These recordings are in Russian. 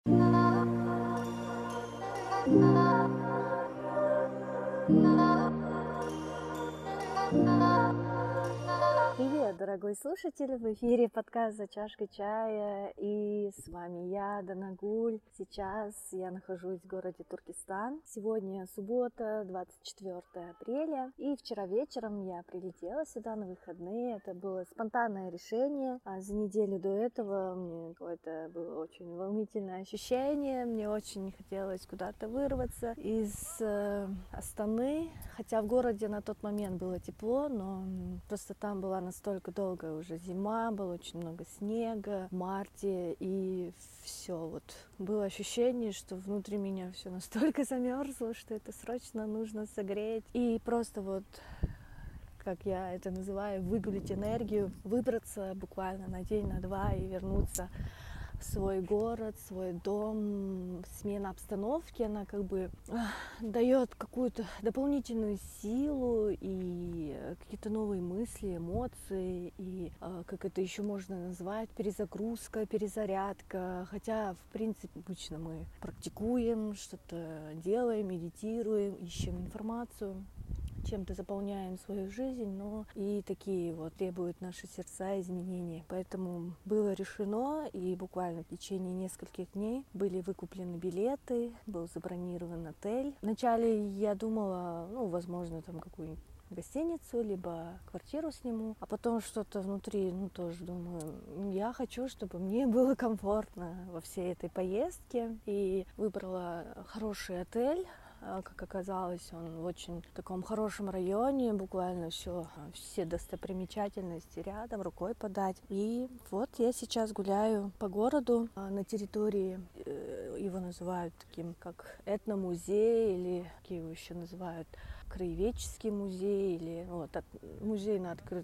Привет, дорогой слушатель! В эфире подкаст «За чашкой чая», и с вами я, Данагуль. Сейчас я нахожусь в городе Туркестан. Сегодня суббота, 24 апреля, и вчера вечером я прилетела сюда на выходные. Это было спонтанное решение. А за неделю до этого мне какое-то было очень волнительное ощущение. Мне очень хотелось куда-то вырваться из Астаны, хотя в городе на тот момент было тепло, но просто там была настолько долгая уже зима, было очень много снега в марте, и все вот было ощущение, что внутри меня все настолько замерзло, что это срочно нужно согреть, и просто вот, как я это называю, выгулить энергию, выбраться буквально на день, на два и вернуться в свой город, свой дом. Смена обстановки, она как бы дает какую-то дополнительную силу и какие-то новые мысли, эмоции, и как это еще можно назвать, перезагрузка, перезарядка. Хотя, в принципе, обычно мы практикуем, что-то делаем, медитируем, ищем информацию, чем-то заполняем свою жизнь, но и такие вот требуют наши сердца изменений. Поэтому было решено, и буквально в течение нескольких дней были выкуплены билеты, был забронирован отель. Вначале я думала, возможно, там какую-нибудь гостиницу, либо квартиру сниму, а потом что-то внутри, тоже думаю, я хочу, чтобы мне было комфортно во всей этой поездке, и выбрала хороший отель. Как оказалось, он в очень таком хорошем районе, буквально все достопримечательности рядом, рукой подать. И вот я сейчас гуляю по городу на территории, его называют таким, как этномузей, или какие его еще называют, краеведческий музей, или музей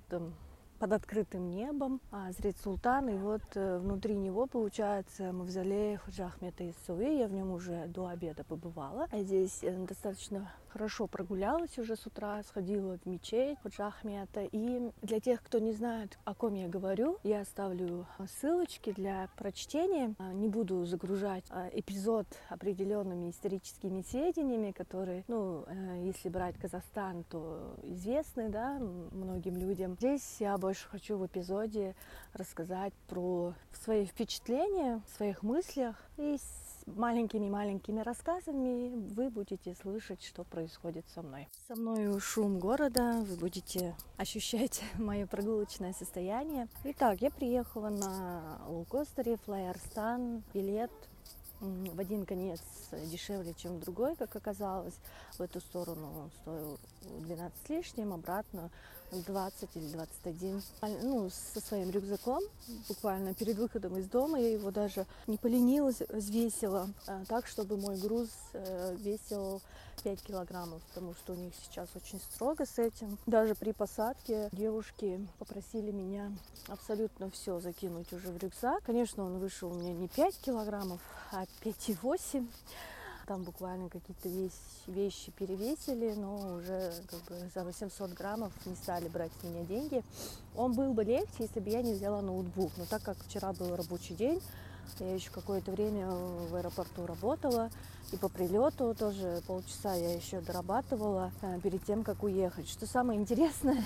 под открытым небом, Зрит Султан, и вот внутри него, получается, мавзолей Ходжа Ахмета Иссауи. Я в нем уже до обеда побывала. Здесь достаточно хорошо прогулялась уже с утра, сходила в мечеть Ходжа Ахмета. И для тех, кто не знает, о ком я говорю, я оставлю ссылочки для прочтения. Не буду загружать эпизод определенными историческими сведениями, которые, если брать Казахстан, то известны, да, многим людям. Здесь я больше хочу в эпизоде рассказать про свои впечатления, в своих мыслях, и с маленькими рассказами вы будете слышать, что происходит со мной. Со мной шум города, вы будете ощущать мое прогулочное состояние. Итак, я приехала на лоукостере Fly Arstan. Билет в один конец дешевле, чем в другой, как оказалось. В эту сторону стоил 12 с лишним, обратно 20 или 21. Со своим рюкзаком, буквально перед выходом из дома, я его даже не поленилась, взвесила так, чтобы мой груз весил 5 килограммов, потому что у них сейчас очень строго с этим. Даже при посадке девушки попросили меня абсолютно все закинуть уже в рюкзак. Конечно, он вышел у меня не 5 килограммов, а 5,8. Там буквально какие-то вещи перевесили, но уже за 800 граммов не стали брать с меня деньги. Он был бы легче, если бы я не взяла ноутбук. Но так как вчера был рабочий день, я еще какое-то время в аэропорту работала, и по прилету тоже полчаса я еще дорабатывала перед тем, как уехать. Что самое интересное,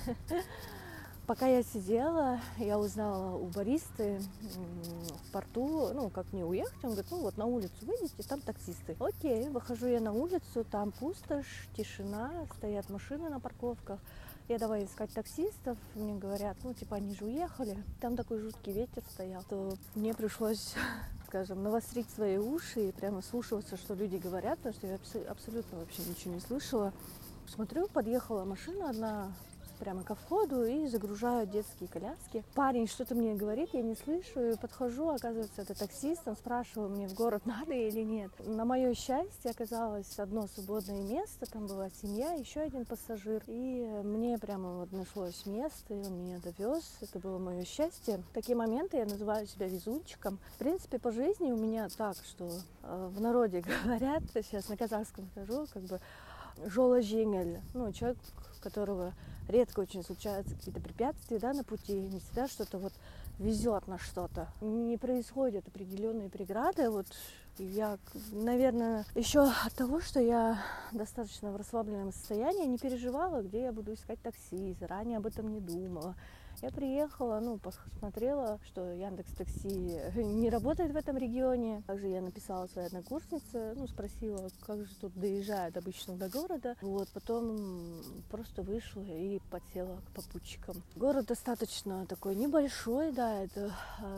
пока я сидела, я узнала у баристы в порту, как мне уехать. Он говорит, на улицу выйдите, там таксисты. Окей, выхожу я на улицу, там пустошь, тишина, стоят машины на парковках. Я давай искать таксистов, мне говорят, они же уехали. Там такой жуткий ветер стоял, то мне пришлось, скажем, навострить свои уши и прямо слушаться, что люди говорят, потому что я абсолютно вообще ничего не слышала. Смотрю, подъехала машина одна прямо ко входу и загружают детские коляски. Парень что-то мне говорит, я не слышу, и подхожу, оказывается, это таксист, он спрашивал, мне в город надо или нет. На мое счастье оказалось одно свободное место, там была семья, еще один пассажир, и мне прямо нашлось место, и он меня довез, это было мое счастье. В такие моменты я называю себя везунчиком. В принципе, по жизни у меня так, что в народе говорят, сейчас на казахском скажу, жола жеңіл, человек, у которого редко очень случаются какие-то препятствия, на пути, не всегда что-то везет на что-то. Не происходят определенные преграды. Вот я, наверное, еще от того, что я достаточно в расслабленном состоянии, не переживала, где я буду искать такси, заранее об этом не думала. Я приехала, посмотрела, что Яндекс.Такси не работает в этом регионе. Также я написала своей однокурснице, спросила, как же тут доезжают обычно до города. Потом просто вышла и подсела к попутчикам. Город достаточно такой небольшой, да, это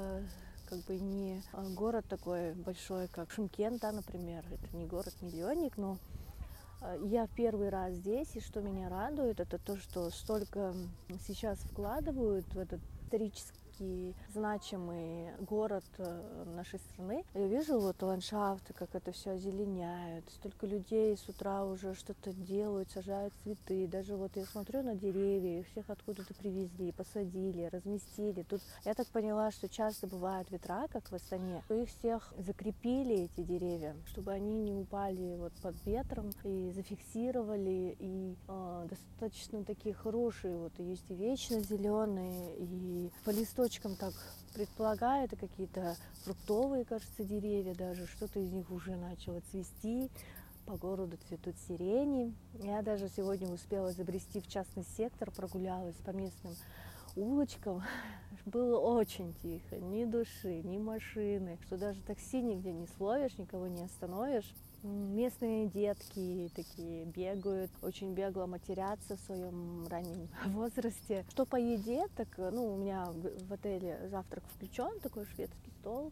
не город такой большой, как Шымкент, да, например. Это не город-миллионник, но я в первый раз здесь, и что меня радует, это то, что столько сейчас вкладывают в этот исторически значимый город нашей страны. Я вижу ландшафты, как это все озеленяют, столько людей с утра уже что-то делают, сажают цветы. Даже я смотрю на деревья, их всех откуда-то привезли, посадили, разместили. Тут я так поняла, что часто бывают ветра, как в Астане, то их всех закрепили, эти деревья, чтобы они не упали под ветром, и зафиксировали, и достаточно такие хорошие, есть и вечно зеленые, и по листочкам так предполагаю, это какие-то фруктовые, кажется, деревья даже, что-то из них уже начало цвести, по городу цветут сирени. Я даже сегодня успела забрести в частный сектор, прогулялась по местным улочкам. Было очень тихо, ни души, ни машины, что даже такси нигде не словишь, никого не остановишь. Местные детки такие бегают, очень бегло матерятся в своем раннем возрасте. Что по еде, так, у меня в отеле завтрак включен, такой шведский стол.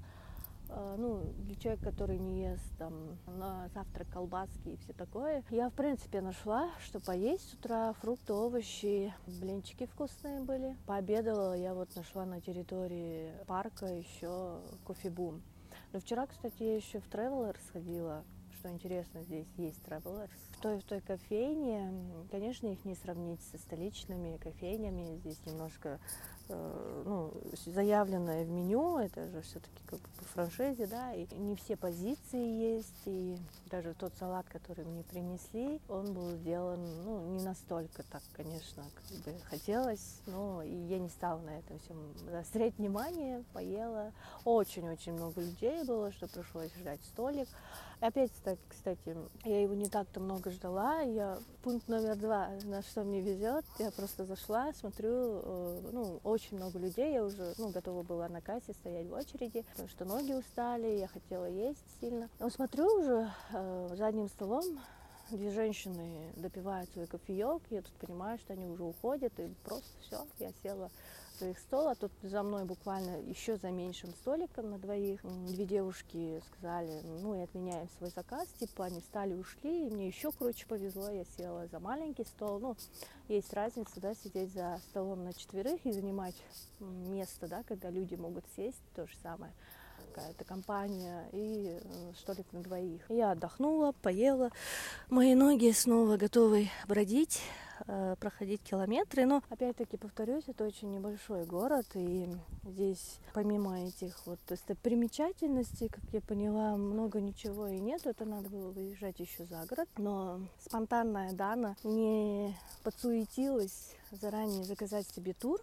Для человека, который не ест на завтрак колбаски и все такое. Я, в принципе, нашла, что поесть с утра: фрукты, овощи, блинчики вкусные были. Пообедала я нашла на территории парка еще кофе-бум. Но вчера, кстати, я еще в Travelers сходила. Что интересно, здесь есть Travelers. В той кофейне, конечно, их не сравнить со столичными кофейнями. Здесь немножко заявленное в меню, это же все-таки по франшизе, да, и не все позиции есть, и даже тот салат, который мне принесли, он был сделан, не настолько так, конечно, как бы хотелось, но и я не стала на этом всем заострять внимание, поела. Очень-очень много людей было, что пришлось ждать столик. Опять, кстати, я его не так-то много ждала. Пункт номер 2, на что мне везет, я просто зашла, смотрю, очень много людей, я уже готова была на кассе стоять в очереди, потому что ноги устали, я хотела есть сильно. Но смотрю уже задним столом, 2 женщины допивают свой кофеек, я тут понимаю, что они уже уходят, и просто все, я села за их стол, а тут за мной буквально еще за меньшим столиком на 2 2 девушки сказали, и отменяем свой заказ, они встали, ушли, и мне еще, повезло, я села за маленький стол. Есть разница, да, сидеть за столом на 4 и занимать место, да, когда люди могут сесть, то же самое. Какая-то компания и столик на 2. Я отдохнула, поела. Мои ноги снова готовы бродить, проходить километры. Но, опять-таки, повторюсь, это очень небольшой город. И здесь, помимо этих достопримечательностей, как я поняла, много ничего и нет. Это надо было выезжать еще за город. Но спонтанная Дана не подсуетилась заранее заказать себе тур.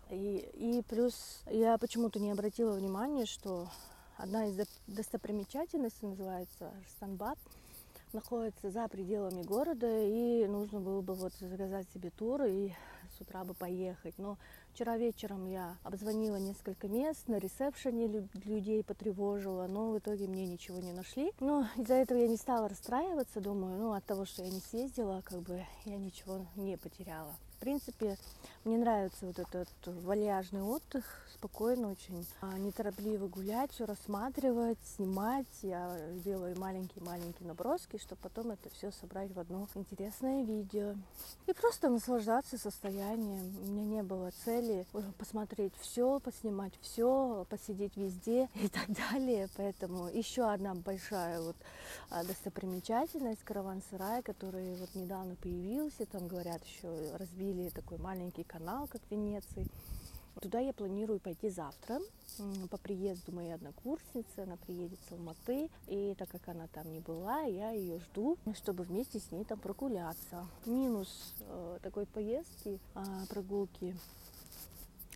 И плюс я почему-то не обратила внимания, что одна из достопримечательностей называется Арстанбад, находится за пределами города, и нужно было бы заказать себе тур и с утра бы поехать. Но вчера вечером я обзвонила несколько мест, на ресепшене людей потревожила, но в итоге мне ничего не нашли. Но из-за этого я не стала расстраиваться, думаю, от того, что я не съездила, я ничего не потеряла. В принципе, мне нравится этот вальяжный отдых, спокойно очень, неторопливо гулять, все рассматривать, снимать. Я делаю маленькие-маленькие наброски, чтобы потом это все собрать в одно интересное видео. И просто наслаждаться состоянием. У меня не было цели посмотреть все, поснимать все, посидеть везде и так далее. Поэтому еще одна большая достопримечательность — караван-сарай, который недавно появился. Там, говорят, еще разбили такой маленький канал, как в Венеции. Туда я планирую пойти завтра по приезду моей однокурсницы. Она приедет с Алматы, и так как она там не была, я ее жду, чтобы вместе с ней там прогуляться. Минус такой поездки, прогулки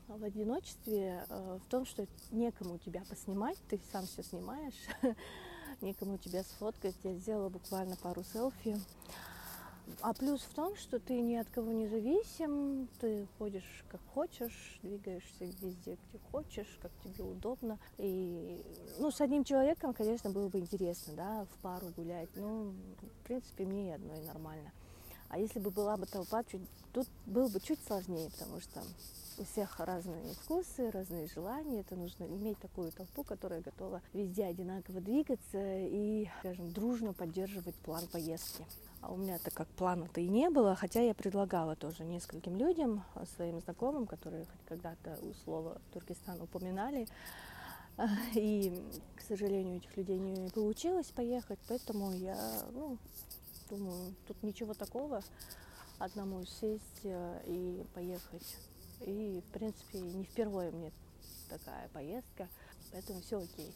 в одиночестве в том, что некому тебя поснимать, ты сам все снимаешь, некому тебя сфоткать. Я сделала буквально пару селфи. А плюс в том, что ты ни от кого не зависим, ты ходишь как хочешь, двигаешься везде, где хочешь, как тебе удобно. И, с одним человеком, конечно, было бы интересно, да, в пару гулять. В принципе, мне и одной нормально. А если бы была бы толпа, тут было бы чуть сложнее, потому что у всех разные вкусы, разные желания. Это нужно иметь такую толпу, которая готова везде одинаково двигаться и, скажем, дружно поддерживать план поездки. А у меня-то как плана-то и не было, хотя я предлагала тоже нескольким людям, своим знакомым, которые хоть когда-то слово Туркестан упоминали. И, к сожалению, у этих людей не получилось поехать, поэтому я, думаю, тут ничего такого, одному сесть и поехать. И, в принципе, не впервые мне такая поездка, поэтому все окей.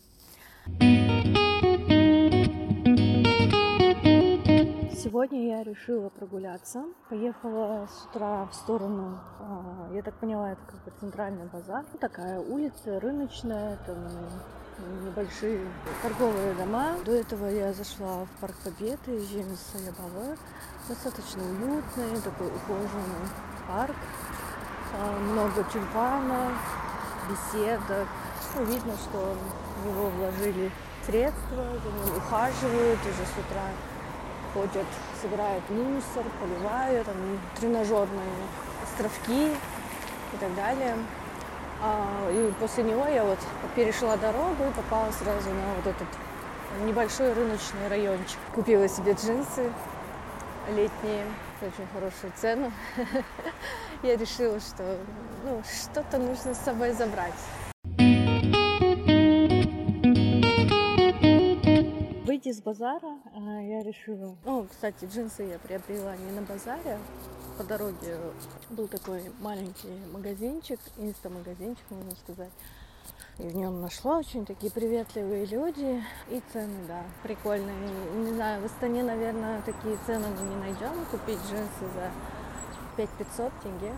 Сегодня я решила прогуляться. Поехала с утра в сторону, я так поняла, это как бы центральный базар. Такая улица рыночная, там небольшие торговые дома. До этого я зашла в парк Победы, Жемис Саябалы. Достаточно уютный, такой ухоженный парк. Много тюльпанов, беседок. Видно, что в него вложили средства, за ним ухаживают уже с утра. Ходят, собирают мусор, поливают, там тренажерные островки и так далее. И после него я перешла дорогу и попала сразу на этот небольшой рыночный райончик. Купила себе джинсы летние, очень хорошую цену. Я решила, что что-то нужно с собой забрать. Выйти с базара я решила... Кстати, джинсы я приобрела не на базаре. По дороге был такой маленький магазинчик, инста-магазинчик, можно сказать. И в нем нашла очень такие приветливые люди. И цены, да, прикольные. Не знаю, в Астане, наверное, такие цены мы не найдем. Купить джинсы за 5500 тенге.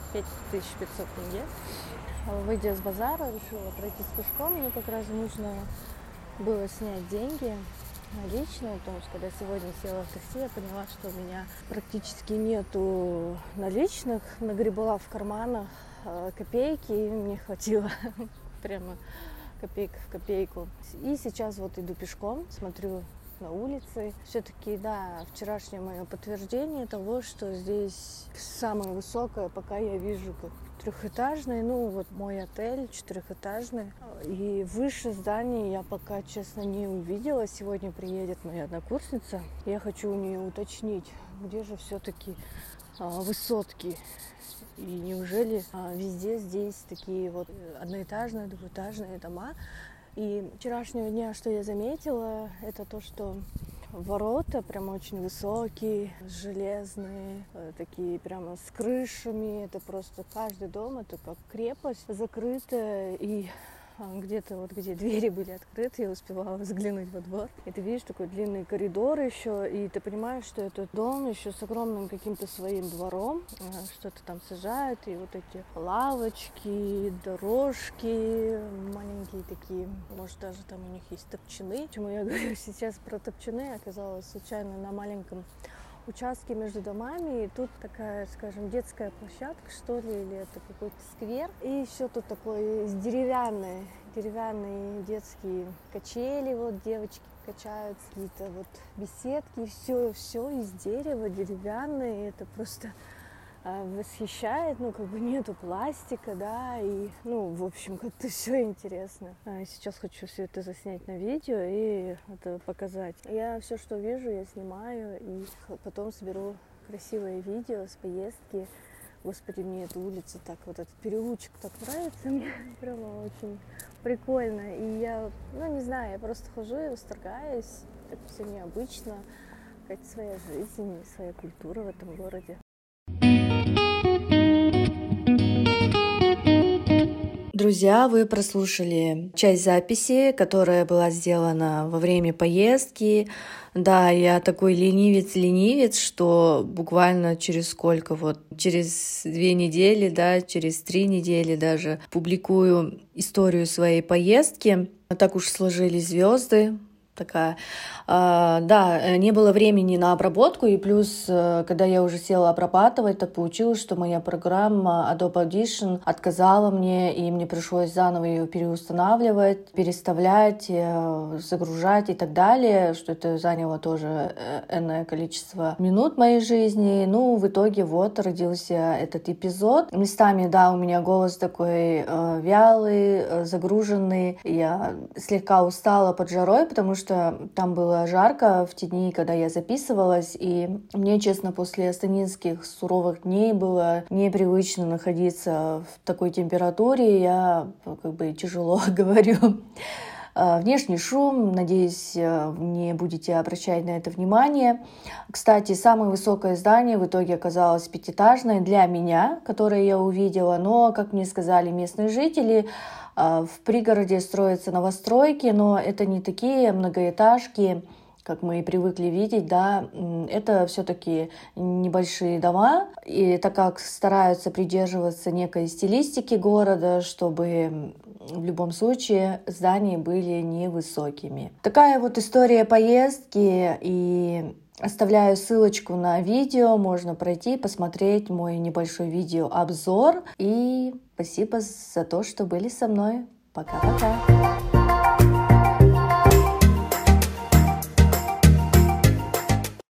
5500 тенге. Выйдя с базара, решила пройтись пешком. Мне как раз нужно было снять деньги наличные, потому что когда сегодня села в такси, я поняла, что у меня практически нету наличных. Нагребла в карманах копейки, и мне хватило прямо копейка в копейку. И сейчас иду пешком, смотрю на улице. Все-таки, да, вчерашнее мое подтверждение того, что здесь самое высокое, пока я вижу как трехэтажный, мой отель четырехэтажный. И выше здания я пока, честно, не увидела. Сегодня приедет моя однокурсница. Я хочу у нее уточнить, где же все-таки высотки. И неужели везде здесь такие одноэтажные, двухэтажные дома. И вчерашнего дня, что я заметила, это то, что ворота прям очень высокие, железные, такие прямо с крышами. Это просто каждый дом, это как крепость закрытая. И где-то где двери были открыты, я успевала взглянуть во двор. И ты видишь такой длинный коридор еще, и ты понимаешь, что этот дом еще с огромным каким-то своим двором. Что-то там сажают, и эти лавочки, дорожки маленькие такие. Может, даже там у них есть топчаны. Почему я говорю сейчас про топчаны? Оказалось случайно на маленьком участке между домами, и тут такая, скажем, детская площадка, что ли, или это какой-то сквер. И еще тут такой деревянные детские качели, девочки качаются, какие-то беседки, все из дерева, деревянные, это просто восхищает, нету пластика, да, и, в общем, как-то все интересно. Сейчас хочу все это заснять на видео и это показать. Я все, что вижу, я снимаю, и потом соберу красивое видео с поездки. Господи, мне эта улица так, этот переулочек так нравится, мне прямо очень прикольно. И я, не знаю, я просто хожу и восторгаюсь, так все необычно, какая-то своя жизнь, своя культура в этом городе. Друзья, вы прослушали часть записи, которая была сделана во время поездки. Да, я такой ленивец, что буквально через сколько, через 2 недели, да, через 3 недели даже публикую историю своей поездки. Так уж сложились звезды. Такая. Да, не было времени на обработку, и плюс, когда я уже села обрабатывать, так получилось, что моя программа Adobe Audition отказала мне, и мне пришлось заново ее переустанавливать, переставлять, загружать и так далее, что это заняло тоже энное количество минут моей жизни. Ну, в итоге родился этот эпизод. Местами, да, у меня голос такой вялый, загруженный. Я слегка устала под жарой, потому что там было жарко в те дни, когда я записывалась, и мне, честно, после астанинских суровых дней было непривычно находиться в такой температуре. Я тяжело говорю. Внешний шум, надеюсь, не будете обращать на это внимание. Кстати, самое высокое здание в итоге оказалось 5-этажное для меня, которое я увидела, но, как мне сказали местные жители, в пригороде строятся новостройки, но это не такие многоэтажки, как мы и привыкли видеть, да, это все-таки небольшие дома, и так как стараются придерживаться некой стилистики города, чтобы в любом случае здания были невысокими. Такая история поездки, и оставляю ссылочку на видео, можно пройти, посмотреть мой небольшой видеообзор, и спасибо за то, что были со мной. Пока-пока!